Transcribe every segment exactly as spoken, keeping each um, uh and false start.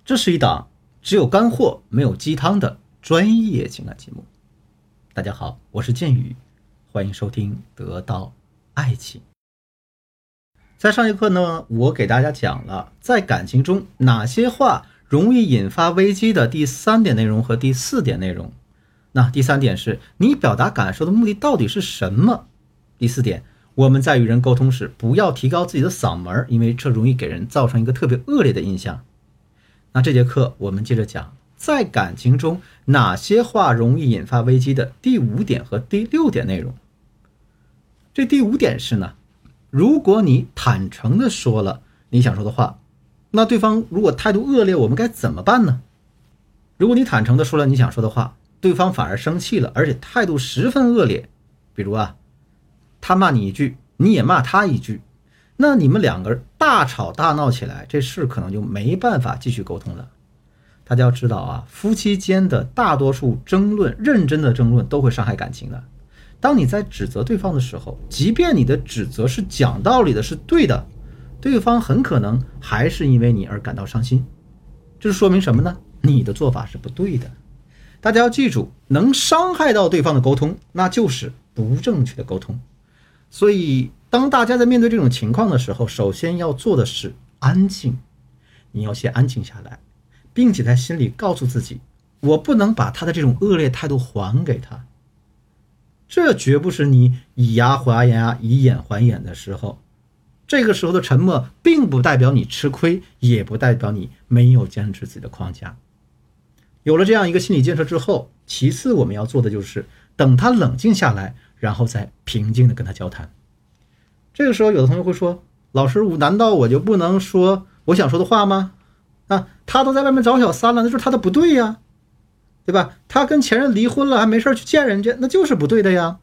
这是一档只有干货没有鸡汤的专业情感节目。大家好，我是建宇，欢迎收听得到爱情。在上一课呢，我给大家讲了在感情中哪些话容易引发危机的第三点内容和第四点内容。那第三点是你表达感受的目的到底是什么？第四点，我们在与人沟通时不要提高自己的嗓门，因为这容易给人造成一个特别恶劣的印象。那这节课我们接着讲在感情中哪些话容易引发危机的第五点和第六点内容。这第五点是呢，如果你坦诚的说了你想说的话，那对方如果态度恶劣，我们该怎么办呢？如果你坦诚的说了你想说的话，对方反而生气了，而且态度十分恶劣，比如啊，他骂你一句，你也骂他一句，那你们两个人大吵大闹起来，这事可能就没办法继续沟通了。大家要知道啊，夫妻间的大多数争论，认真的争论都会伤害感情的。当你在指责对方的时候，即便你的指责是讲道理的，是对的，对方很可能还是因为你而感到伤心。这是说明什么呢？你的做法是不对的。大家要记住，能伤害到对方的沟通，那就是不正确的沟通。所以当大家在面对这种情况的时候，首先要做的是安静。你要先安静下来，并且在心里告诉自己，我不能把他的这种恶劣态度还给他。这绝不是你以牙还牙以眼还眼的时候。这个时候的沉默并不代表你吃亏，也不代表你没有坚持自己的框架。有了这样一个心理建设之后，其次我们要做的就是等他冷静下来，然后再平静的跟他交谈。这个时候有的同学会说，老师，难道我就不能说我想说的话吗？啊，他都在外面找小三了，那就是他的不对呀，对吧？他跟前任离婚了还没事去见人家，那就是不对的呀。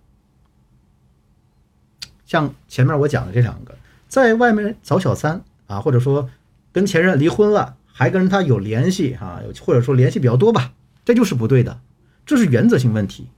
像前面我讲的这两个在外面找小三啊，或者说跟前任离婚了还跟他有联系啊，或者说联系比较多吧，这就是不对的，这是原则性问题。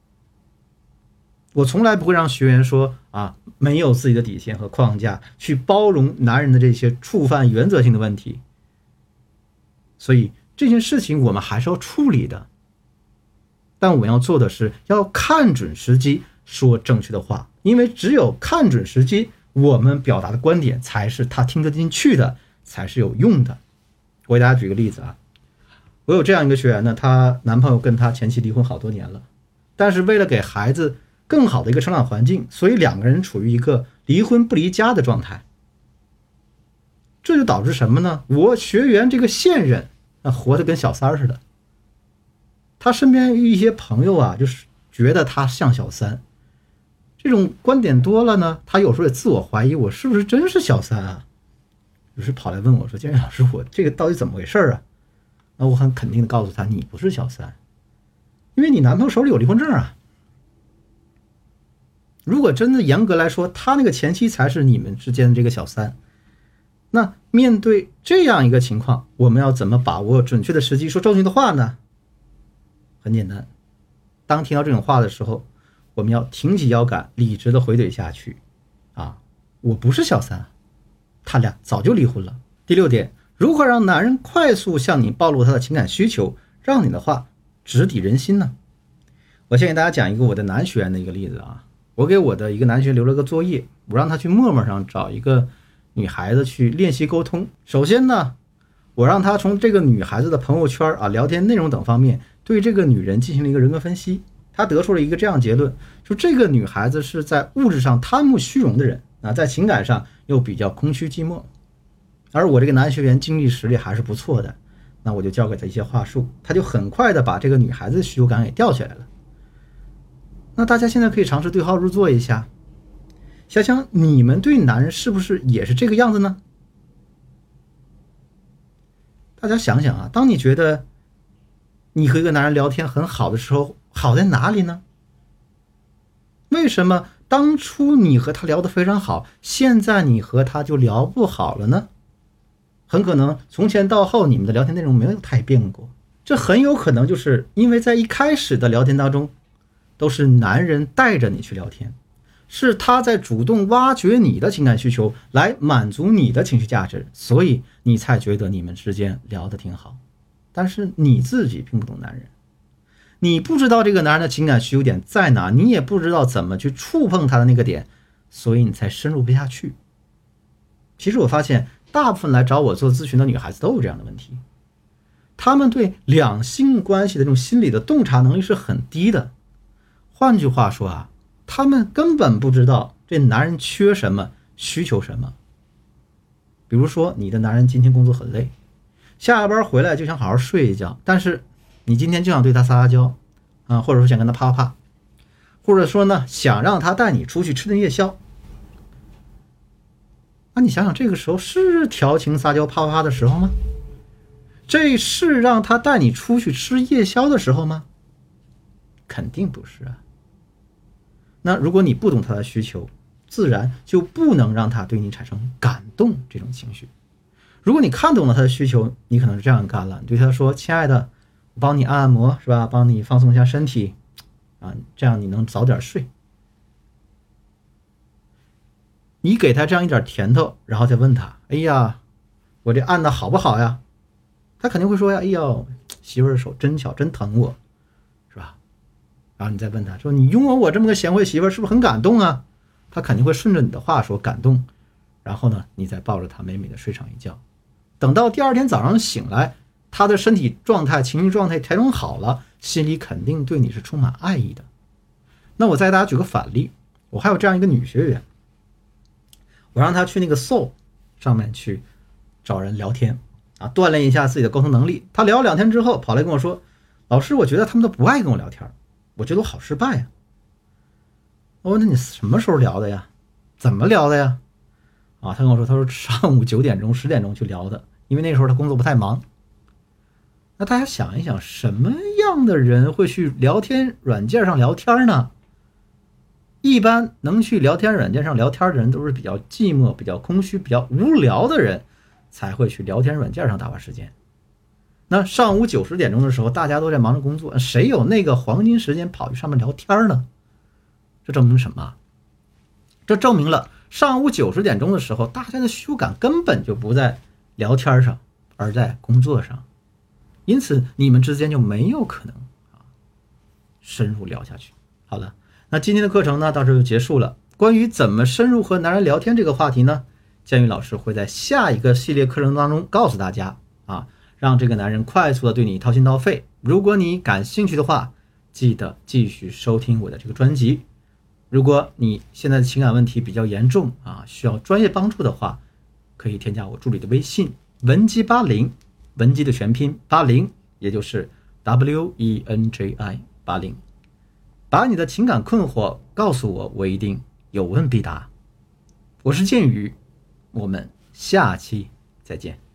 我从来不会让学员说啊，没有自己的底线和框架去包容男人的这些触犯原则性的问题。所以这件事情我们还是要处理的，但我们要做的是要看准时机说正确的话，因为只有看准时机，我们表达的观点才是他听得进去的，才是有用的。我给大家举个例子啊，我有这样一个学员呢，她男朋友跟她前妻离婚好多年了，但是为了给孩子更好的一个成长环境，所以两个人处于一个离婚不离家的状态。这就导致什么呢？我学员这个现任啊，活得跟小三似的。他身边一些朋友啊，就是觉得他像小三，这种观点多了呢，他有时候也自我怀疑，我是不是真是小三啊？于是跑来问我说，建宇老师，我这个到底怎么回事啊？那我很肯定的告诉他，你不是小三，因为你男朋友手里有离婚证啊。如果真的严格来说，他那个前妻才是你们之间的这个小三。那面对这样一个情况，我们要怎么把握准确的时机说正确的话呢？很简单，当听到这种话的时候，我们要挺起腰杆，理直的回怼下去啊，我不是小三，他俩早就离婚了。第六点，如何让男人快速向你暴露他的情感需求，让你的话直抵人心呢？我先给大家讲一个我的男学员的一个例子啊。我给我的一个男学员留了个作业，我让他去陌陌上找一个女孩子去练习沟通。首先呢，我让他从这个女孩子的朋友圈啊、聊天内容等方面对这个女人进行了一个人格分析。他得出了一个这样结论，说这个女孩子是在物质上贪慕虚荣的人啊，在情感上又比较空虚寂寞。而我这个男学员经济实力还是不错的，那我就教给他一些话术，他就很快的把这个女孩子的需求感给吊起来了。那大家现在可以尝试对号入座一下，想想你们对男人是不是也是这个样子呢？大家想想啊，当你觉得你和一个男人聊天很好的时候，好在哪里呢？为什么当初你和他聊得非常好，现在你和他就聊不好了呢？很可能从前到后你们的聊天内容没有太变过，这很有可能就是因为在一开始的聊天当中都是男人带着你去聊天， 是他在主动挖掘你的情感需求，来满足你的情绪价值，所以你才觉得你们之间聊得挺好。但是你自己并不懂男人，你不知道这个男人的情感需求点在哪，你也不知道怎么去触碰他的那个点，所以你才深入不下去。其实我发现大部分来找我做咨询的女孩子都有这样的问题，她们对两性关系的这种心理的洞察能力是很低的。换句话说啊，她们根本不知道这男人缺什么，需求什么。比如说你的男人今天工作很累，下了班回来就想好好睡一觉，但是你今天就想对他撒撒娇啊，或者说想跟他啪啪啪，或者说呢想让他带你出去吃顿夜宵。那你想想，这个时候是调情撒娇啪啪啪的时候吗？这是让他带你出去吃夜宵的时候吗？肯定不是啊。那如果你不懂他的需求，自然就不能让他对你产生感动这种情绪。如果你看懂了他的需求，你可能是这样干了，你对他说：“亲爱的，我帮你按按摩，是吧？帮你放松一下身体，啊，这样你能早点睡。”你给他这样一点甜头，然后再问他：“哎呀，我这按的好不好呀？”他肯定会说呀：“哎呦，媳妇儿手真巧，真疼我，是吧？”然后你再问他说：“你拥有我这么个贤惠媳妇儿，是不是很感动啊？”他肯定会顺着你的话说感动，然后呢，你再抱着他美美的睡上一觉。等到第二天早上醒来，他的身体状态、情绪状态调整好了，心里肯定对你是充满爱意的。那我再给大家举个反例，我还有这样一个女学员，我让她去那个 Soul 上面去找人聊天啊，锻炼一下自己的沟通能力。她聊了两天之后，跑来跟我说：“老师，我觉得他们都不爱跟我聊天，我觉得我好失败呀。”我问他：“你什么时候聊的呀？怎么聊的呀？”啊，他跟我说，他说上午九点钟、十点钟去聊的，因为那时候他工作不太忙。那大家想一想，什么样的人会去聊天软件上聊天呢？一般能去聊天软件上聊天的人，都是比较寂寞、比较空虚、比较无聊的人，才会去聊天软件上打发时间。那上午九十点钟的时候，大家都在忙着工作，谁有那个黄金时间跑去上面聊天呢？这证明什么？这证明了上午九十点钟的时候，大家的需求感根本就不在聊天上，而在工作上，因此你们之间就没有可能啊深入聊下去。好了，那今天的课程呢到这就结束了。关于怎么深入和男人聊天这个话题呢，建宇老师会在下一个系列课程当中告诉大家啊，让这个男人快速的对你掏心掏肺。如果你感兴趣的话，记得继续收听我的这个专辑。如果你现在的情感问题比较严重啊，需要专业帮助的话，可以添加我助理的微信文姬八零，文姬的全拼八零，也就是 W E N J I 八零，把你的情感困惑告诉我，我一定有问必答。我是剑宇，我们下期再见。